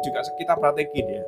juga kita praktekin ya.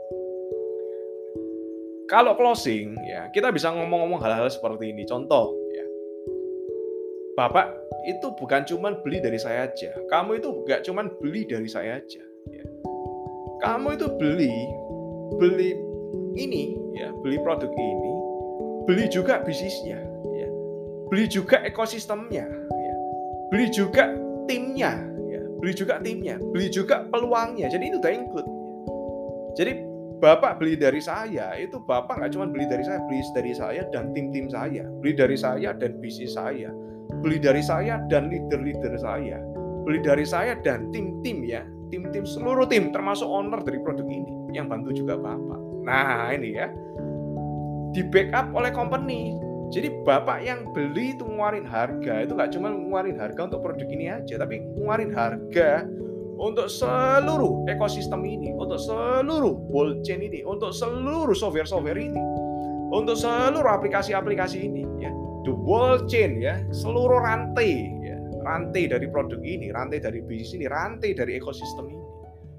Kalau closing ya, kita bisa ngomong-ngomong hal-hal seperti ini. Contoh ya, Bapak itu bukan cuman beli dari saya aja. Kamu itu gak cuman beli dari saya aja ya. Kamu itu beli ini ya, beli produk ini, beli juga bisnisnya ya. Beli juga ekosistemnya ya. Beli juga timnya ya. Beli juga peluangnya. Jadi itu udah include. Jadi Bapak beli dari saya, itu Bapak nggak cuma beli dari saya dan tim-tim saya. Beli dari saya dan bisnis saya. Beli dari saya dan leader-leader saya. Beli dari saya dan tim-tim ya. Tim-tim, seluruh tim, termasuk owner dari produk ini. Yang bantu juga Bapak. Nah ini ya, di backup oleh company. Jadi Bapak yang beli itu ngeluarin harga. Itu nggak cuma ngeluarin harga untuk produk ini aja, tapi ngeluarin harga untuk seluruh ekosistem ini, untuk seluruh whole chain ini, untuk seluruh software-software ini, untuk seluruh aplikasi-aplikasi ini, ya, the whole chain, ya, seluruh rantai, ya, rantai dari produk ini, rantai dari bisnis ini, rantai dari ekosistem ini.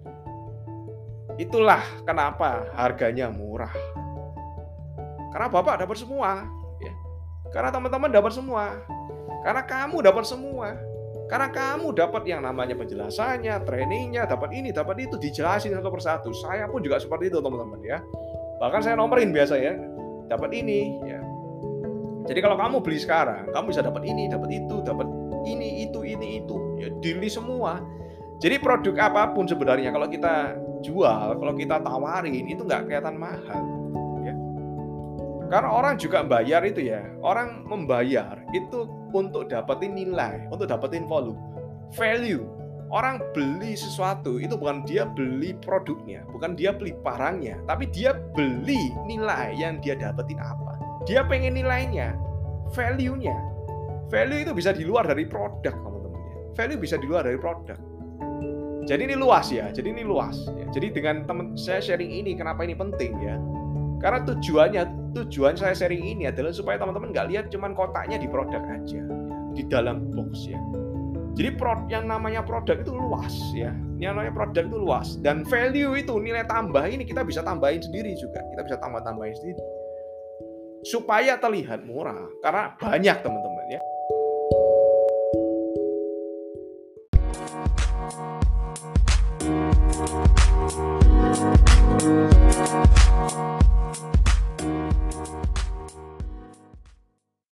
Itulah kenapa harganya murah. Karena Bapak dapat semua, ya. Karena teman-teman dapat semua, karena kamu dapat semua. Karena kamu dapat yang namanya penjelasannya, trainingnya, dapat ini, dapat itu, dijelasin satu persatu. Saya pun juga seperti itu teman-teman ya. Bahkan saya nomorin biasa ya, dapat ini ya. Jadi kalau kamu beli sekarang, kamu bisa dapat ini, dapat itu, itu. Ya, di-list semua. Jadi produk apapun sebenarnya kalau kita jual, kalau kita tawarin itu nggak kelihatan mahal. Ya. Karena orang juga bayar itu ya, orang membayar itu untuk dapetin nilai, untuk dapetin volume, value. Orang beli sesuatu itu bukan dia beli produknya, bukan dia beli barangnya, tapi dia beli nilai yang dia dapetin apa. Dia pengen nilainya, value-nya. Value itu bisa di luar dari produk, teman-teman. Value bisa di luar dari produk. Jadi ini luas ya, Jadi dengan teman saya sharing ini, kenapa ini penting ya? Karena tujuan saya sharing ini adalah supaya teman-teman nggak lihat cuman kotaknya di produk aja, di dalam box ya. Jadi yang namanya produk itu luas ya. Yang namanya produk itu luas dan value itu nilai tambah ini kita bisa tambahin sendiri juga. Kita bisa tambahin sendiri supaya terlihat murah karena banyak teman-teman.